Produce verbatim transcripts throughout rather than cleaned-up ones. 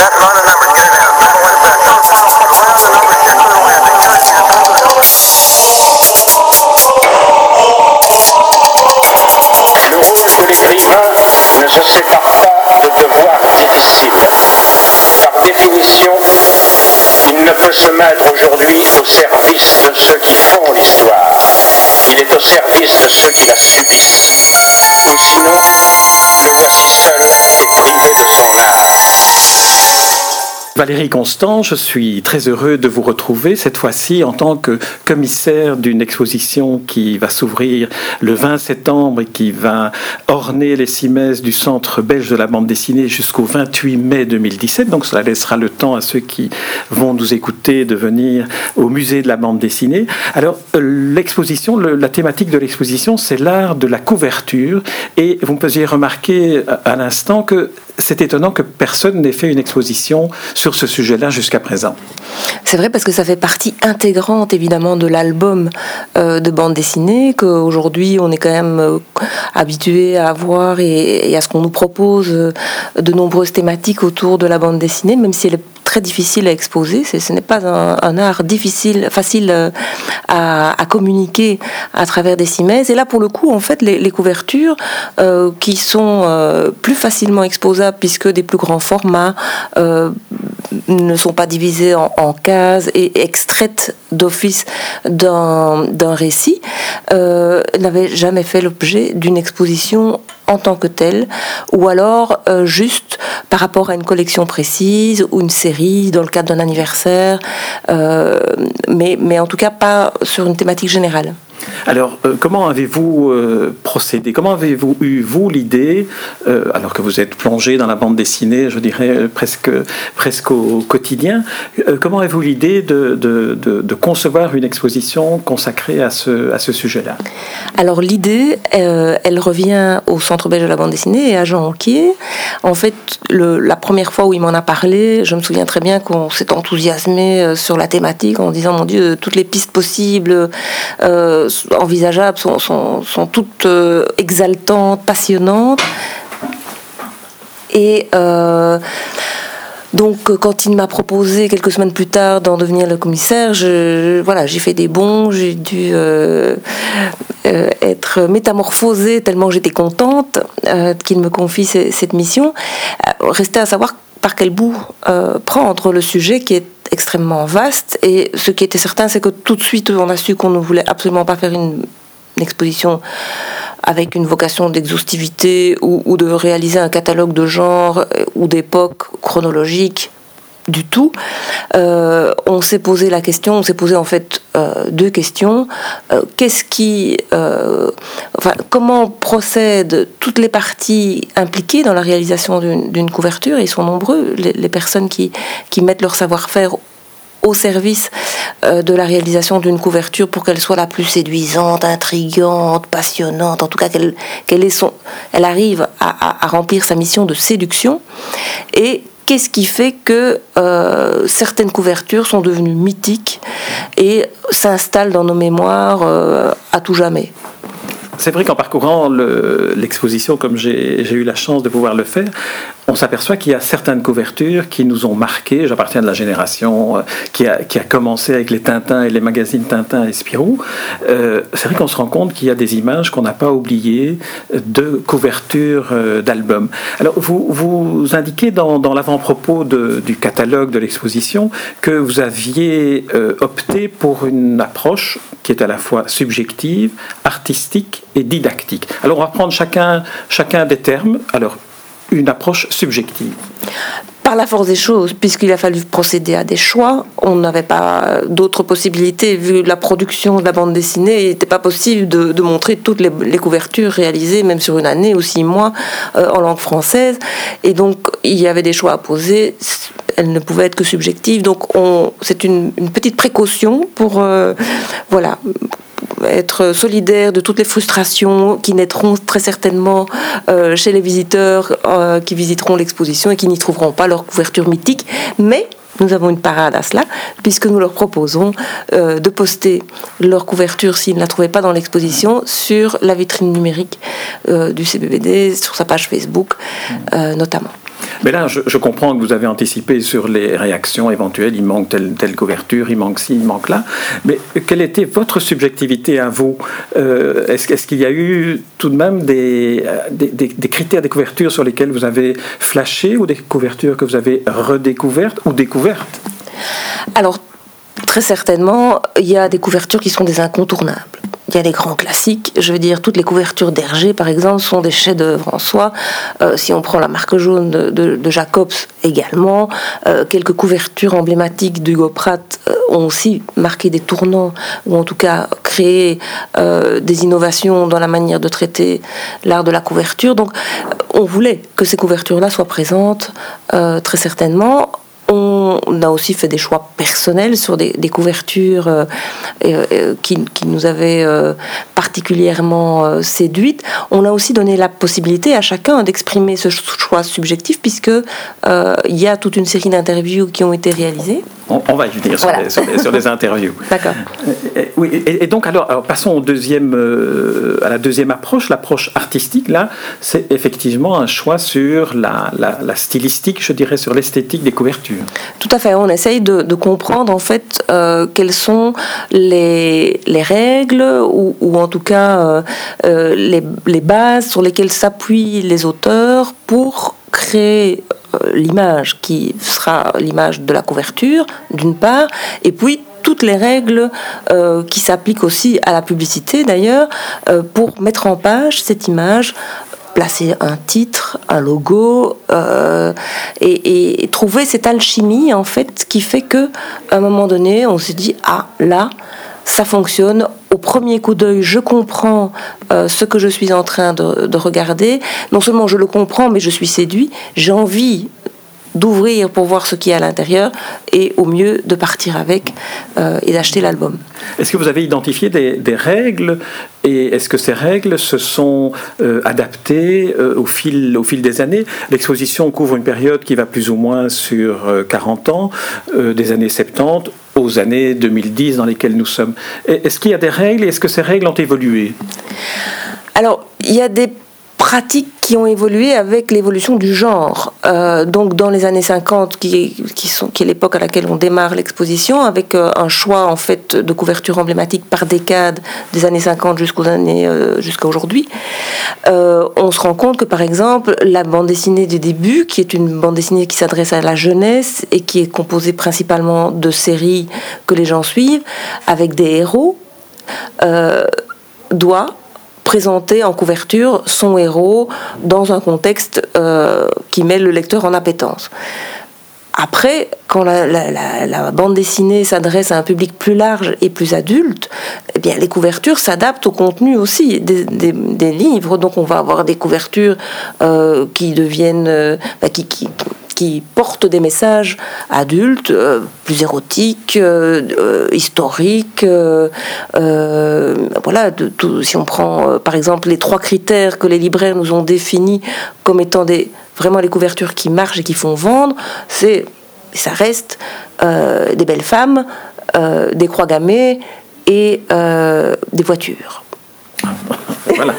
Le rôle de l'écrivain ne se sépare pas de devoirs difficiles. Par définition, il ne peut se mettre aujourd'hui au service de ceux qui font l'histoire. Il est au service de ceux qui la subissent. Ou sinon, le voici seul et privé de son art. Valérie Constant, je suis très heureux de vous retrouver cette fois-ci en tant que commissaire d'une exposition qui va s'ouvrir le vingt septembre et qui va orner les six messes du Centre belge de la bande dessinée jusqu'au vingt-huit mai deux mille dix-sept. Donc cela laissera le temps à ceux qui vont nous écouter de venir au musée de la bande dessinée. Alors l'exposition, le, la thématique de l'exposition, c'est l'art de la couverture. Et vous me faisiez remarquer à l'instant que c'est étonnant que personne n'ait fait une exposition sur ce sujet-là jusqu'à présent. C'est vrai, parce que ça fait partie intégrante évidemment de l'album euh, de bande dessinée, qu'aujourd'hui on est quand même euh, habitué à voir et, et à ce qu'on nous propose euh, de nombreuses thématiques autour de la bande dessinée, même si elle est très difficile à exposer. C'est, ce n'est pas un, un art difficile, facile euh, à, à communiquer à travers des cimaises. Et là, pour le coup, en fait, les, les couvertures euh, qui sont euh, plus facilement exposables puisque des plus grands formats euh, ne sont pas divisées en, en cases et extraites d'office d'un, d'un récit, euh, n'avaient jamais fait l'objet d'une exposition en tant que telle, ou alors euh, juste par rapport à une collection précise ou une série dans le cadre d'un anniversaire, euh, mais, mais en tout cas pas sur une thématique générale. Alors, euh, comment avez-vous euh, procédé? Comment avez-vous eu, vous, l'idée, euh, alors que vous êtes plongé dans la bande dessinée, je dirais, euh, presque, presque au quotidien, euh, comment avez-vous l'idée de, de, de, de concevoir une exposition consacrée à ce, à ce sujet-là? Alors, l'idée, euh, elle revient au Centre belge de la bande dessinée et à Jean Anquier. En fait, le, la première fois où il m'en a parlé, je me souviens très bien qu'on s'est enthousiasmé sur la thématique en disant, mon Dieu, toutes les pistes possibles, euh, envisageables sont, sont, sont toutes euh, exaltantes, passionnantes. Et euh, donc, quand il m'a proposé quelques semaines plus tard d'en devenir le commissaire, je, voilà, j'ai fait des bonds, j'ai dû euh, euh, être métamorphosée tellement j'étais contente euh, qu'il me confie c- cette mission. Euh, restait à savoir par quel bout euh, prendre le sujet qui est extrêmement vaste, et ce qui était certain, c'est que tout de suite on a su qu'on ne voulait absolument pas faire une, une exposition avec une vocation d'exhaustivité ou, ou de réaliser un catalogue de genre ou d'époque chronologique du tout. Euh, on s'est posé la question, on s'est posé en fait euh, deux questions. Euh, qu'est-ce qui, euh, enfin, comment procèdent toutes les parties impliquées dans la réalisation d'une, d'une couverture? Ils sont nombreux, les, les personnes qui, qui mettent leur savoir-faire au service euh, de la réalisation d'une couverture pour qu'elle soit la plus séduisante, intrigante, passionnante, en tout cas qu'elle, qu'elle, ait son, elle arrive à, à, à remplir sa mission de séduction. Et qu'est-ce qui fait que euh, certaines couvertures sont devenues mythiques et s'installent dans nos mémoires euh, à tout jamais? C'est vrai qu'en parcourant le, l'exposition, comme j'ai, j'ai eu la chance de pouvoir le faire, on s'aperçoit qu'il y a certaines couvertures qui nous ont marqués. J'appartiens de la génération euh, qui, a, qui a commencé avec les Tintins et les magazines Tintin et Spirou. Euh, c'est vrai qu'on se rend compte qu'il y a des images qu'on n'a pas oubliées de couvertures euh, d'albums. Alors, vous, vous indiquez dans, dans l'avant-propos de, du catalogue de l'exposition que vous aviez euh, opté pour une approche qui est à la fois subjective, artistique et didactique. Alors, on va prendre chacun, chacun des termes. Alors, une approche subjective. Par la force des choses, puisqu'il a fallu procéder à des choix, on n'avait pas d'autres possibilités. Vu la production de la bande dessinée, il n'était pas possible de, de montrer toutes les, les couvertures réalisées, même sur une année ou six mois, euh, en langue française. Et donc, il y avait des choix à poser. Elles ne pouvaient être que subjectives. Donc, on, c'est une, une petite précaution pour, euh, voilà, être solidaire de toutes les frustrations qui naîtront très certainement euh, chez les visiteurs euh, qui visiteront l'exposition et qui n'y trouveront pas leur couverture mythique. Mais nous avons une parade à cela, puisque nous leur proposons euh, de poster leur couverture, s'ils ne la trouvaient pas dans l'exposition, sur la vitrine numérique euh, du C B B D, sur sa page Facebook euh, notamment. Mais là, je, je comprends que vous avez anticipé sur les réactions éventuelles. Il manque telle, telle couverture, il manque ci, il manque là. Mais quelle était votre subjectivité à vous? euh, est-ce, est-ce qu'il y a eu tout de même des, des, des, des critères des couvertures sur lesquels vous avez flashé, ou des couvertures que vous avez redécouvertes ou découvertes? Alors, très certainement, il y a des couvertures qui sont des incontournables. Il y a des grands classiques. Je veux dire, toutes les couvertures d'Hergé, par exemple, sont des chefs-d'œuvre en soi. Euh, si on prend la marque jaune de, de, de Jacobs également, euh, quelques couvertures emblématiques d'Hugo Pratt euh, ont aussi marqué des tournants, ou en tout cas créé euh, des innovations dans la manière de traiter l'art de la couverture. Donc, on voulait que ces couvertures-là soient présentes, euh, très certainement. On a aussi fait des choix personnels sur des, des couvertures euh, euh, qui, qui nous avaient euh, particulièrement euh, séduites. On a aussi donné la possibilité à chacun d'exprimer ce choix subjectif, puisque euh, il y a toute une série d'interviews qui ont été réalisées. On, on va y venir sur, voilà. les, sur, les, sur les interviews. D'accord. Et, oui, et, et donc alors, alors passons au deuxième, euh, à la deuxième approche, l'approche artistique. Là, c'est effectivement un choix sur la, la, la stylistique, je dirais, sur l'esthétique des couvertures. Tout à fait. On essaye de, de comprendre en fait euh, quelles sont les, les règles ou, ou en tout cas euh, euh, les, les bases sur lesquelles s'appuient les auteurs pour créer l'image qui sera l'image de la couverture, d'une part, et puis toutes les règles euh, qui s'appliquent aussi à la publicité d'ailleurs, euh, pour mettre en page cette image, placer un titre, un logo, euh, et, et trouver cette alchimie en fait qui fait que à un moment donné on se dit ah là ça fonctionne. Au premier coup d'œil, je comprends euh, ce que je suis en train de, de regarder. Non seulement je le comprends, mais je suis séduit. J'ai envie d'ouvrir pour voir ce qu'il y a à l'intérieur et au mieux de partir avec euh, et d'acheter l'album. Est-ce que vous avez identifié des, des règles et est-ce que ces règles se sont euh, adaptées euh, au, fil, au fil des années? L'exposition couvre une période qui va plus ou moins sur euh, quarante ans, euh, des années soixante-dix aux années deux mille dix dans lesquelles nous sommes. Est-ce qu'il y a des règles et est-ce que ces règles ont évolué? Alors, il y a des pratiques qui ont évolué avec l'évolution du genre. Euh, donc dans les années cinquante, qui, qui, sont, qui est l'époque à laquelle on démarre l'exposition, avec euh, un choix en fait de couverture emblématique par décade des années cinquante jusqu'aux années, euh, jusqu'à aujourd'hui, euh, on se rend compte que par exemple la bande dessinée du début, qui est une bande dessinée qui s'adresse à la jeunesse et qui est composée principalement de séries que les gens suivent, avec des héros, euh, doit présenter en couverture son héros dans un contexte euh, qui met le lecteur en appétence. Après, quand la, la, la, la bande dessinée s'adresse à un public plus large et plus adulte, eh bien, les couvertures s'adaptent au contenu aussi des, des, des livres. Donc on va avoir des couvertures euh, qui deviennent... Euh, bah, qui, qui, qui portent des messages adultes, euh, plus érotiques, euh, euh, historiques. Euh, euh, voilà, de, tout, si on prend euh, par exemple les trois critères que les libraires nous ont définis comme étant des, vraiment les couvertures qui marchent et qui font vendre, c'est, ça reste euh, des belles femmes, euh, des croix gammées et euh, des voitures. Voilà.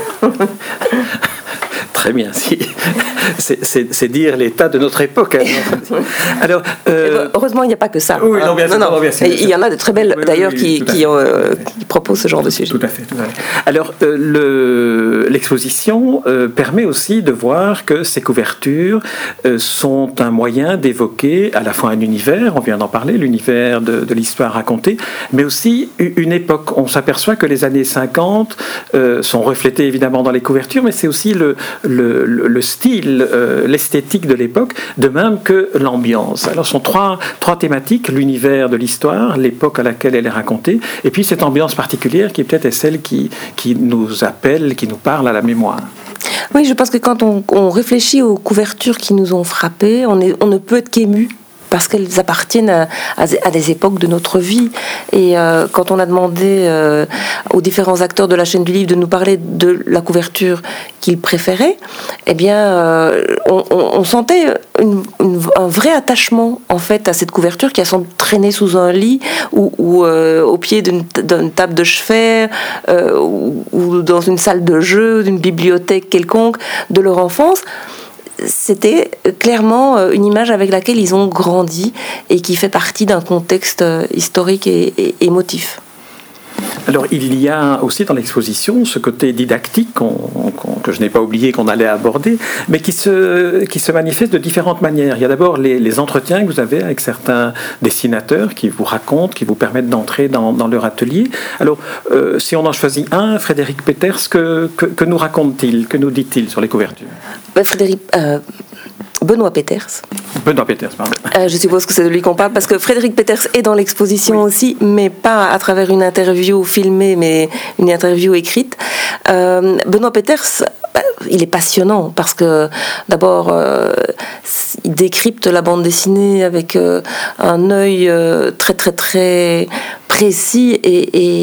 Très bien, si. c'est, c'est, c'est dire l'état de notre époque. Hein. Alors, euh... heureusement, il n'y a pas que ça. Oui, non, bien sûr, non, non. Bien sûr, bien sûr. Il y en a de très belles, oui, d'ailleurs, oui, oui, qui, qui, euh, qui proposent ce genre de sujet. Tout à fait. Tout à fait. Alors, euh, le, l'exposition euh, permet aussi de voir que ces couvertures euh, sont un moyen d'évoquer à la fois un univers, on vient d'en parler, l'univers de, de l'histoire racontée, mais aussi une époque. On s'aperçoit que les années cinquante euh, sont reflétées évidemment dans les couvertures, mais c'est aussi le Le, le, le style, euh, l'esthétique de l'époque, de même que l'ambiance. Alors, ce sont trois, trois thématiques, l'univers de l'histoire, l'époque à laquelle elle est racontée, et puis cette ambiance particulière qui peut-être est celle qui, qui nous appelle, qui nous parle à la mémoire. Oui, je pense que quand on, on réfléchit aux couvertures qui nous ont frappés, on, est, on ne peut être qu'ému, parce qu'elles appartiennent à, à, à des époques de notre vie. Et euh, quand on a demandé euh, aux différents acteurs de la chaîne du livre de nous parler de la couverture qu'ils préféraient, eh bien, euh, on, on, on sentait une, une, un vrai attachement en fait à cette couverture qui a semblé traîner sous un lit ou, ou euh, au pied d'une, d'une table de chevet euh, ou, ou dans une salle de jeu, d'une bibliothèque quelconque de leur enfance. c'était clairement une image avec laquelle ils ont grandi et qui fait partie d'un contexte historique et, et émotif. Alors, il y a aussi dans l'exposition ce côté didactique qu'on, qu'on, que je n'ai pas oublié qu'on allait aborder, mais qui se, qui se manifeste de différentes manières. Il y a d'abord les, les entretiens que vous avez avec certains dessinateurs qui vous racontent, qui vous permettent d'entrer dans, dans leur atelier. Alors, euh, si on en choisit un, Frédéric Peters, que, que, que nous raconte-t-il, que nous dit-il sur les couvertures ? ben, Frédéric... Euh... Benoît Peters. Benoît Peters, pardon. Euh, je suppose que c'est de lui qu'on parle, parce que Frédéric Peters est dans l'exposition oui. aussi, mais pas à travers une interview filmée, mais une interview écrite. Euh, Benoît Peters, bah, il est passionnant, parce que d'abord, euh, il décrypte la bande dessinée avec euh, un œil euh, très très très précis, et,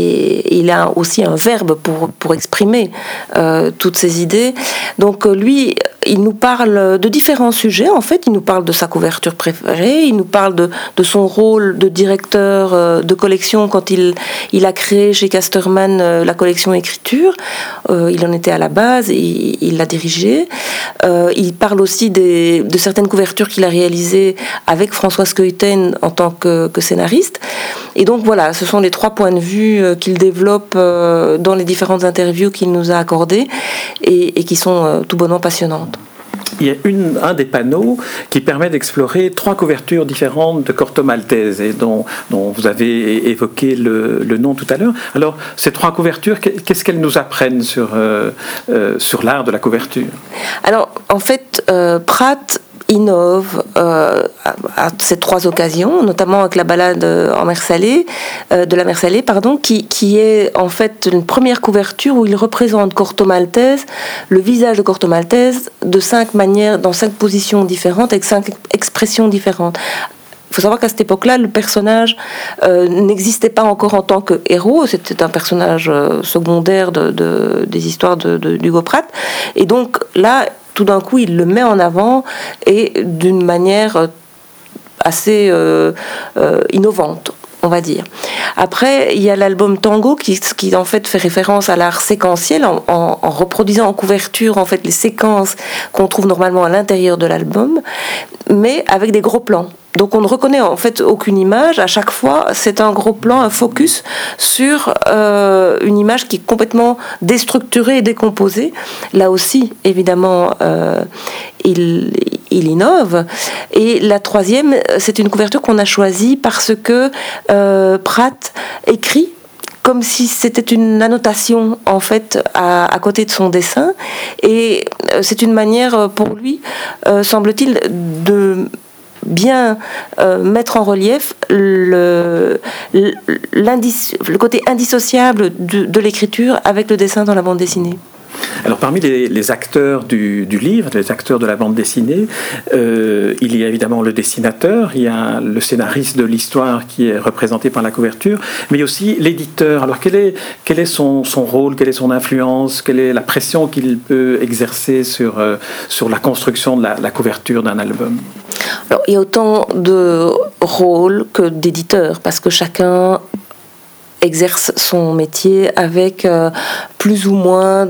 et il a aussi un verbe pour, pour exprimer euh, toutes ses idées. Donc lui, il nous parle de différents sujets, en fait. Il nous parle de sa couverture préférée, il nous parle de, de son rôle de directeur euh, de collection quand il, il a créé chez Casterman euh, la collection écriture. Euh, il en était à la base, il, il l'a dirigée. Euh, il parle aussi des, de certaines couvertures qu'il a réalisées avec François Skeuten en tant que, que scénariste. Et donc voilà, ce sont les trois points de vue euh, qu'il développe euh, dans les différentes interviews qu'il nous a accordées et, et qui sont euh, tout bonnement passionnantes. Il y a une, un des panneaux qui permet d'explorer trois couvertures différentes de Corto Maltese, et dont, dont vous avez évoqué le, le nom tout à l'heure. Alors, ces trois couvertures, qu'est-ce qu'elles nous apprennent sur, euh, euh, sur l'art de la couverture ? Alors, en fait, euh, Pratt innove euh, à, à ces trois occasions, notamment avec la balade en mer Salée, euh, de la mer Salée, pardon, qui, qui est en fait une première couverture où il représente Corto Maltese, le visage de Corto Maltese, de cinq manières, dans cinq positions différentes, avec cinq expressions différentes. Il faut savoir qu'à cette époque-là, le personnage euh, n'existait pas encore en tant que héros. C'était un personnage euh, secondaire de, de, des histoires de, de, d'Hugo Pratt. Et donc là, tout d'un coup, il le met en avant, et d'une manière assez euh, euh, innovante, on va dire. Après, il y a l'album Tango qui, qui en fait fait référence à l'art séquentiel en, en, en reproduisant en couverture en fait les séquences qu'on trouve normalement à l'intérieur de l'album, mais avec des gros plans. Donc on ne reconnaît en fait aucune image. À chaque fois, c'est un gros plan, un focus sur euh, une image qui est complètement déstructurée et décomposée. Là aussi, évidemment, euh, il, il innove. Et la troisième, c'est une couverture qu'on a choisie parce que euh, Pratt écrit comme si c'était une annotation en fait à, à côté de son dessin, et c'est une manière pour lui, euh, semble-t-il, de bien euh, mettre en relief le, le, le côté indissociable de, de l'écriture avec le dessin dans la bande dessinée. Alors parmi les, les acteurs du, du livre, les acteurs de la bande dessinée, euh, il y a évidemment le dessinateur, il y a le scénariste de l'histoire qui est représenté par la couverture, mais aussi l'éditeur. Alors quel est, quel est son, son rôle, quelle est son influence, quelle est la pression qu'il peut exercer sur, euh, sur la construction de la, la couverture d'un album ? Alors, il y a autant de rôles que d'éditeurs, parce que chacun exerce son métier avec euh, plus ou moins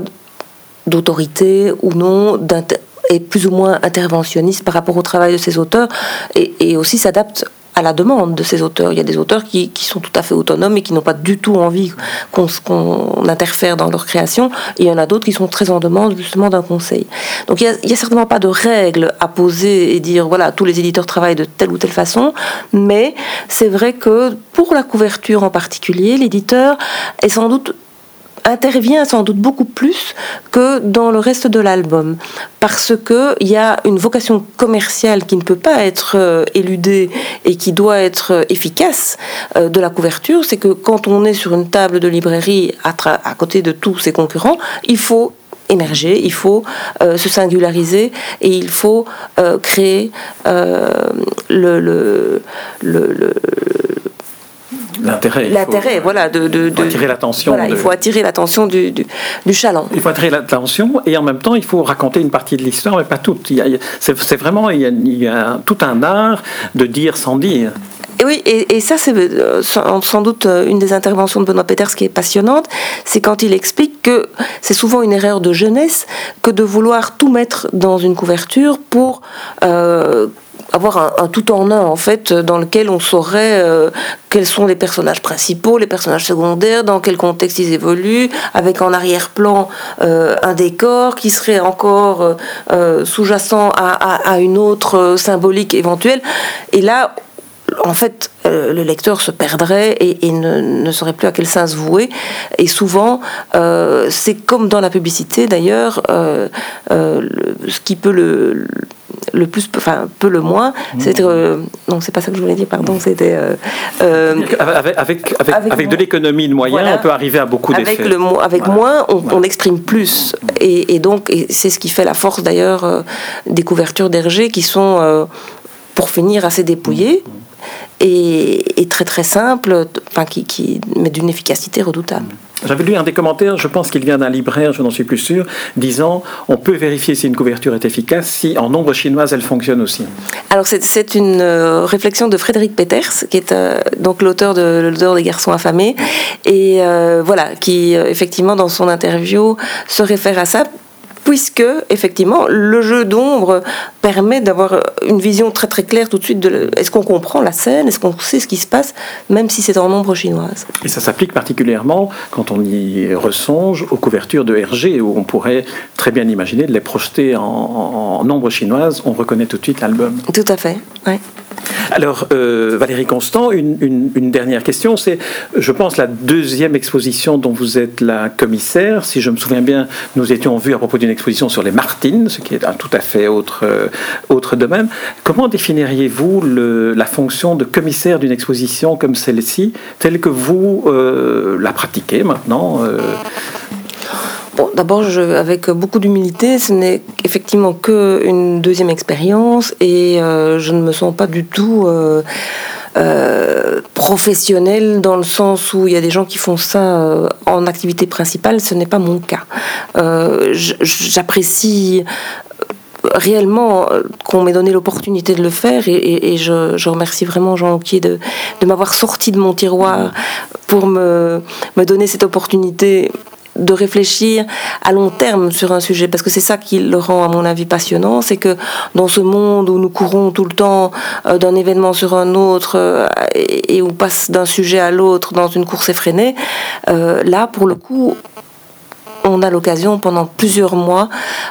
d'autorité ou non, et plus ou moins interventionniste par rapport au travail de ses auteurs, et, et aussi s'adapte à la demande de ces auteurs. Il y a des auteurs qui, qui sont tout à fait autonomes et qui n'ont pas du tout envie qu'on, qu'on interfère dans leur création, et il y en a d'autres qui sont très en demande justement d'un conseil. Donc il n'y a, il y a certainement pas de règles à poser et dire voilà, tous les éditeurs travaillent de telle ou telle façon, mais c'est vrai que pour la couverture en particulier, l'éditeur est sans doute intervient sans doute beaucoup plus que dans le reste de l'album, parce qu'il y a une vocation commerciale qui ne peut pas être euh, éludée et qui doit être euh, efficace euh, de la couverture. C'est que quand on est sur une table de librairie à, tra- à côté de tous ses concurrents, il faut émerger, il faut euh, se singulariser, et il faut euh, créer euh, le, le, le, le L'intérêt, l'intérêt faut, voilà, de, de, de attirer l'attention. Voilà, de... Il faut attirer l'attention du, du, du chaland. Il faut attirer l'attention, et en même temps, il faut raconter une partie de l'histoire, mais pas toute. Il y a, c'est, c'est vraiment, il y, a, il y a tout un art de dire sans dire. Et oui, et, et ça, c'est euh, sans, sans doute une des interventions de Benoît Peeters qui est passionnante, c'est quand il explique que c'est souvent une erreur de jeunesse que de vouloir tout mettre dans une couverture pour euh, avoir un, un tout en un, en fait, dans lequel on saurait euh, quels sont les personnages principaux, les personnages secondaires, dans quel contexte ils évoluent, avec en arrière-plan euh, un décor qui serait encore euh, euh, sous-jacent à, à, à une autre euh, symbolique éventuelle. Et là, en fait, euh, le lecteur se perdrait et, et ne, ne saurait plus à quel sens se vouer. Et souvent, euh, c'est comme dans la publicité d'ailleurs, euh, euh, le, ce qui peut le, le plus, enfin, peu le moins, c'est euh, non, c'est pas ça que je voulais dire, pardon, c'était euh, euh, avec, avec, avec, avec, avec de l'économie de moyens, voilà, on peut arriver à beaucoup d'effets. Avec, le, avec voilà. moins, on, voilà. on exprime plus. Et, et donc, et c'est ce qui fait la force d'ailleurs euh, des couvertures d'Hergé qui sont, euh, pour finir, assez dépouillées. Mmh. Et, et très très simple, enfin, qui, qui met d'une efficacité redoutable. J'avais lu un des commentaires, je pense qu'il vient d'un libraire, je n'en suis plus sûr, disant on peut vérifier si une couverture est efficace si en ombre chinoise elle fonctionne aussi. Alors c'est, c'est une euh, réflexion de Frédéric Peeters, qui est euh, donc l'auteur de l'auteur des Garçons affamés, et euh, voilà, qui euh, effectivement dans son interview se réfère à ça, puisque, effectivement, le jeu d'ombre permet d'avoir une vision très très claire tout de suite de est-ce qu'on comprend la scène, est-ce qu'on sait ce qui se passe, même si c'est en ombre chinoise. Et ça s'applique particulièrement, quand on y ressonge, aux couvertures de Hergé, où on pourrait très bien imaginer de les projeter en, en, en ombre chinoise, on reconnaît tout de suite l'album. Tout à fait, oui. Alors, euh, Valérie Constant, une, une, une dernière question, c'est, je pense, la deuxième exposition dont vous êtes la commissaire. Si je me souviens bien, nous étions vus à propos d'une exposition sur les Martines, ce qui est un tout à fait autre, euh, autre domaine. Comment définiriez-vous le, la fonction de commissaire d'une exposition comme celle-ci, telle que vous euh, la pratiquez maintenant euh... Bon, d'abord, je, avec beaucoup d'humilité, ce n'est effectivement qu'une deuxième expérience et euh, je ne me sens pas du tout euh, euh, professionnelle dans le sens où il y a des gens qui font ça euh, en activité principale. Ce n'est pas mon cas. Euh, j'apprécie réellement qu'on m'ait donné l'opportunité de le faire et, et, et je, je remercie vraiment Jean Auquier de, de m'avoir sorti de mon tiroir pour me, me donner cette opportunité de réfléchir à long terme sur un sujet, parce que c'est ça qui le rend à mon avis passionnant, c'est que dans ce monde où nous courons tout le temps euh, d'un événement sur un autre euh, et, et où on passe d'un sujet à l'autre dans une course effrénée, euh, là pour le coup on a l'occasion pendant plusieurs mois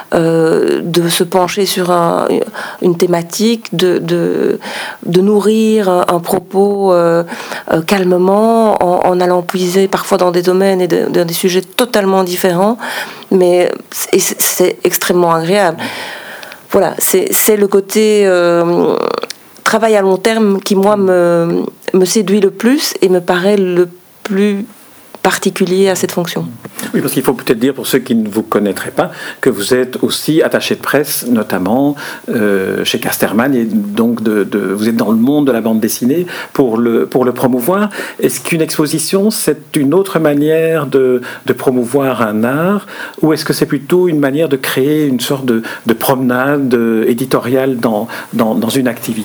euh, de se pencher sur un, une thématique, de, de, de nourrir un, un propos euh, euh, calmement, en, en allant puiser parfois dans des domaines et de, dans des sujets totalement différents, mais c'est, c'est extrêmement agréable. Voilà, c'est, c'est le côté euh, travail à long terme qui, moi, me, me séduit le plus et me paraît le plus particulier à cette fonction. Oui, parce qu'il faut peut-être dire, pour ceux qui ne vous connaîtraient pas, que vous êtes aussi attaché de presse, notamment euh, chez Casterman, et donc de, de, vous êtes dans le monde de la bande dessinée pour le, pour le promouvoir. Est-ce qu'une exposition, c'est une autre manière de, de promouvoir un art, ou est-ce que c'est plutôt une manière de créer une sorte de, de promenade éditoriale dans, dans, dans une activité ?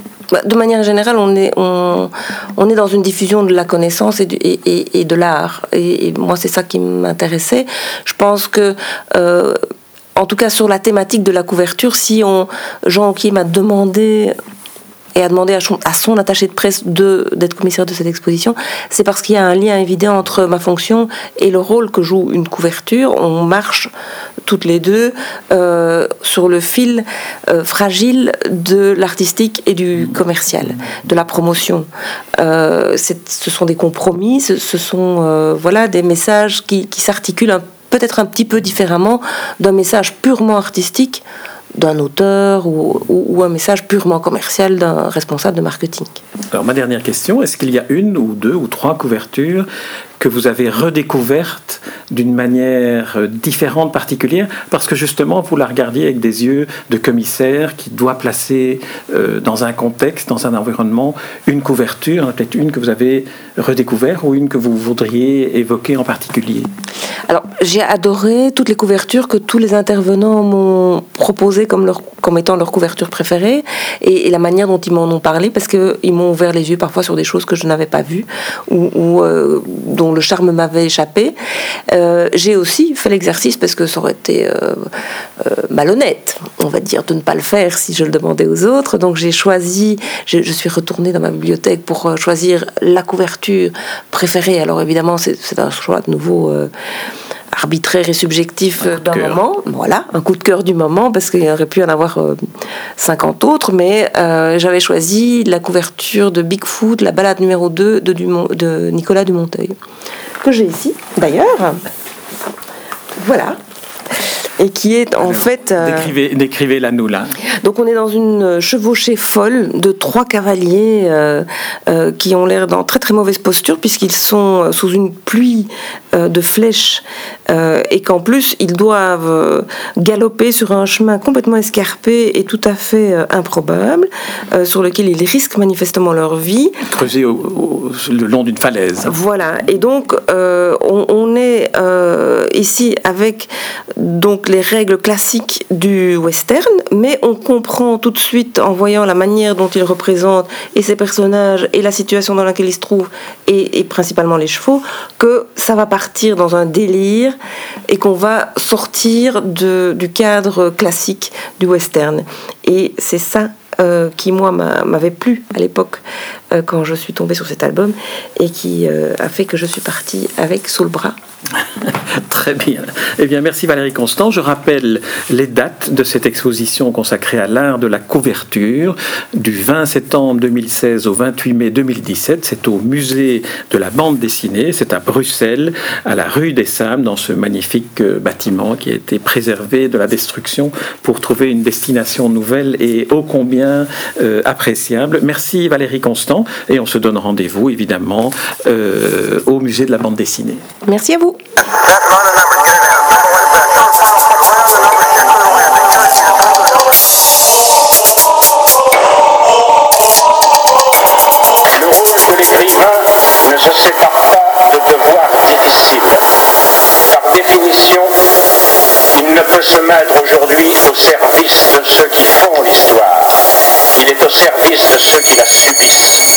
De manière générale, on est, on, on est dans une diffusion de la connaissance et, du, et, et, et de l'art. Et, et moi, c'est ça qui m'intéressait. Je pense que, euh, en tout cas sur la thématique de la couverture, si on, Jean Auquier m'a demandé et a demandé à son, à son attaché de presse de, d'être commissaire de cette exposition, c'est parce qu'il y a un lien évident entre ma fonction et le rôle que joue une couverture. On marche toutes les deux euh, sur le fil euh, fragile de l'artistique et du commercial, de la promotion. Euh, c'est, ce sont des compromis, ce, ce sont euh, voilà, des messages qui, qui s'articulent un, peut-être un petit peu différemment d'un message purement artistique d'un auteur ou, ou, ou un message purement commercial d'un responsable de marketing. Alors ma dernière question, est-ce qu'il y a une ou deux ou trois couvertures que vous avez redécouvertes d'une manière différente, particulière, parce que justement vous la regardiez avec des yeux de commissaire qui doit placer euh, dans un contexte, dans un environnement, une couverture, peut-être une que vous avez redécouverte ou une que vous voudriez évoquer en particulier? Alors j'ai adoré toutes les couvertures que tous les intervenants m'ont proposées proposé comme, leur, comme étant leur couverture préférée, et, et la manière dont ils m'en ont parlé, parce qu'ils m'ont ouvert les yeux parfois sur des choses que je n'avais pas vues, ou, ou euh, dont le charme m'avait échappé. Euh, j'ai aussi fait l'exercice, parce que ça aurait été euh, euh, malhonnête, on va dire, de ne pas le faire si je le demandais aux autres. Donc j'ai choisi, je, je suis retournée dans ma bibliothèque pour choisir la couverture préférée. Alors évidemment, c'est, c'est un choix de nouveau euh, arbitraire et subjectif d'un moment. Voilà, un coup de cœur du moment, parce qu'il y aurait pu en avoir euh, cinquante autres, mais euh, j'avais choisi la couverture de Bigfoot, la balade numéro deux de, Dumont, de Nicolas Dumonteuil, que j'ai ici, d'ailleurs. Voilà. Et qui est en Alors, fait... Euh, décrivez, décrivez-la nous, là. Donc on est dans une chevauchée folle de trois cavaliers euh, euh, qui ont l'air dans très très mauvaise posture, puisqu'ils sont sous une pluie euh, de flèches euh, et qu'en plus ils doivent euh, galoper sur un chemin complètement escarpé et tout à fait euh, improbable, euh, sur lequel ils risquent manifestement leur vie. Creusés au, au, le long d'une falaise. Voilà, et donc euh, on, on est euh, ici avec donc les règles classiques du western, mais on comprend tout de suite en voyant la manière dont il représente et ses personnages et la situation dans laquelle il se trouve et, et principalement les chevaux, que ça va partir dans un délire et qu'on va sortir de, du cadre classique du western. Et c'est ça Euh, qui moi m'a, m'avait plu à l'époque euh, quand je suis tombée sur cet album, et qui euh, a fait que je suis partie avec sous le bras. Très bien. Eh bien, merci Valérie Constant. Je rappelle les dates de cette exposition consacrée à l'art de la couverture du vingt septembre deux mille seize au vingt-huit mai deux mille dix-sept. C'est au musée de la bande dessinée. C'est à Bruxelles, à la rue des Sames, dans ce magnifique bâtiment qui a été préservé de la destruction pour trouver une destination nouvelle et ô combien euh, appréciable. Merci Valérie Constant, et on se donne rendez-vous évidemment euh, au musée de la bande dessinée. Merci à vous. Le rôle de l'écrivain ne se sépare pas de devoirs difficiles. Par définition, il ne peut se mettre aujourd'hui au service de ceux qui font l'histoire. Il est au service de ceux qui la subissent.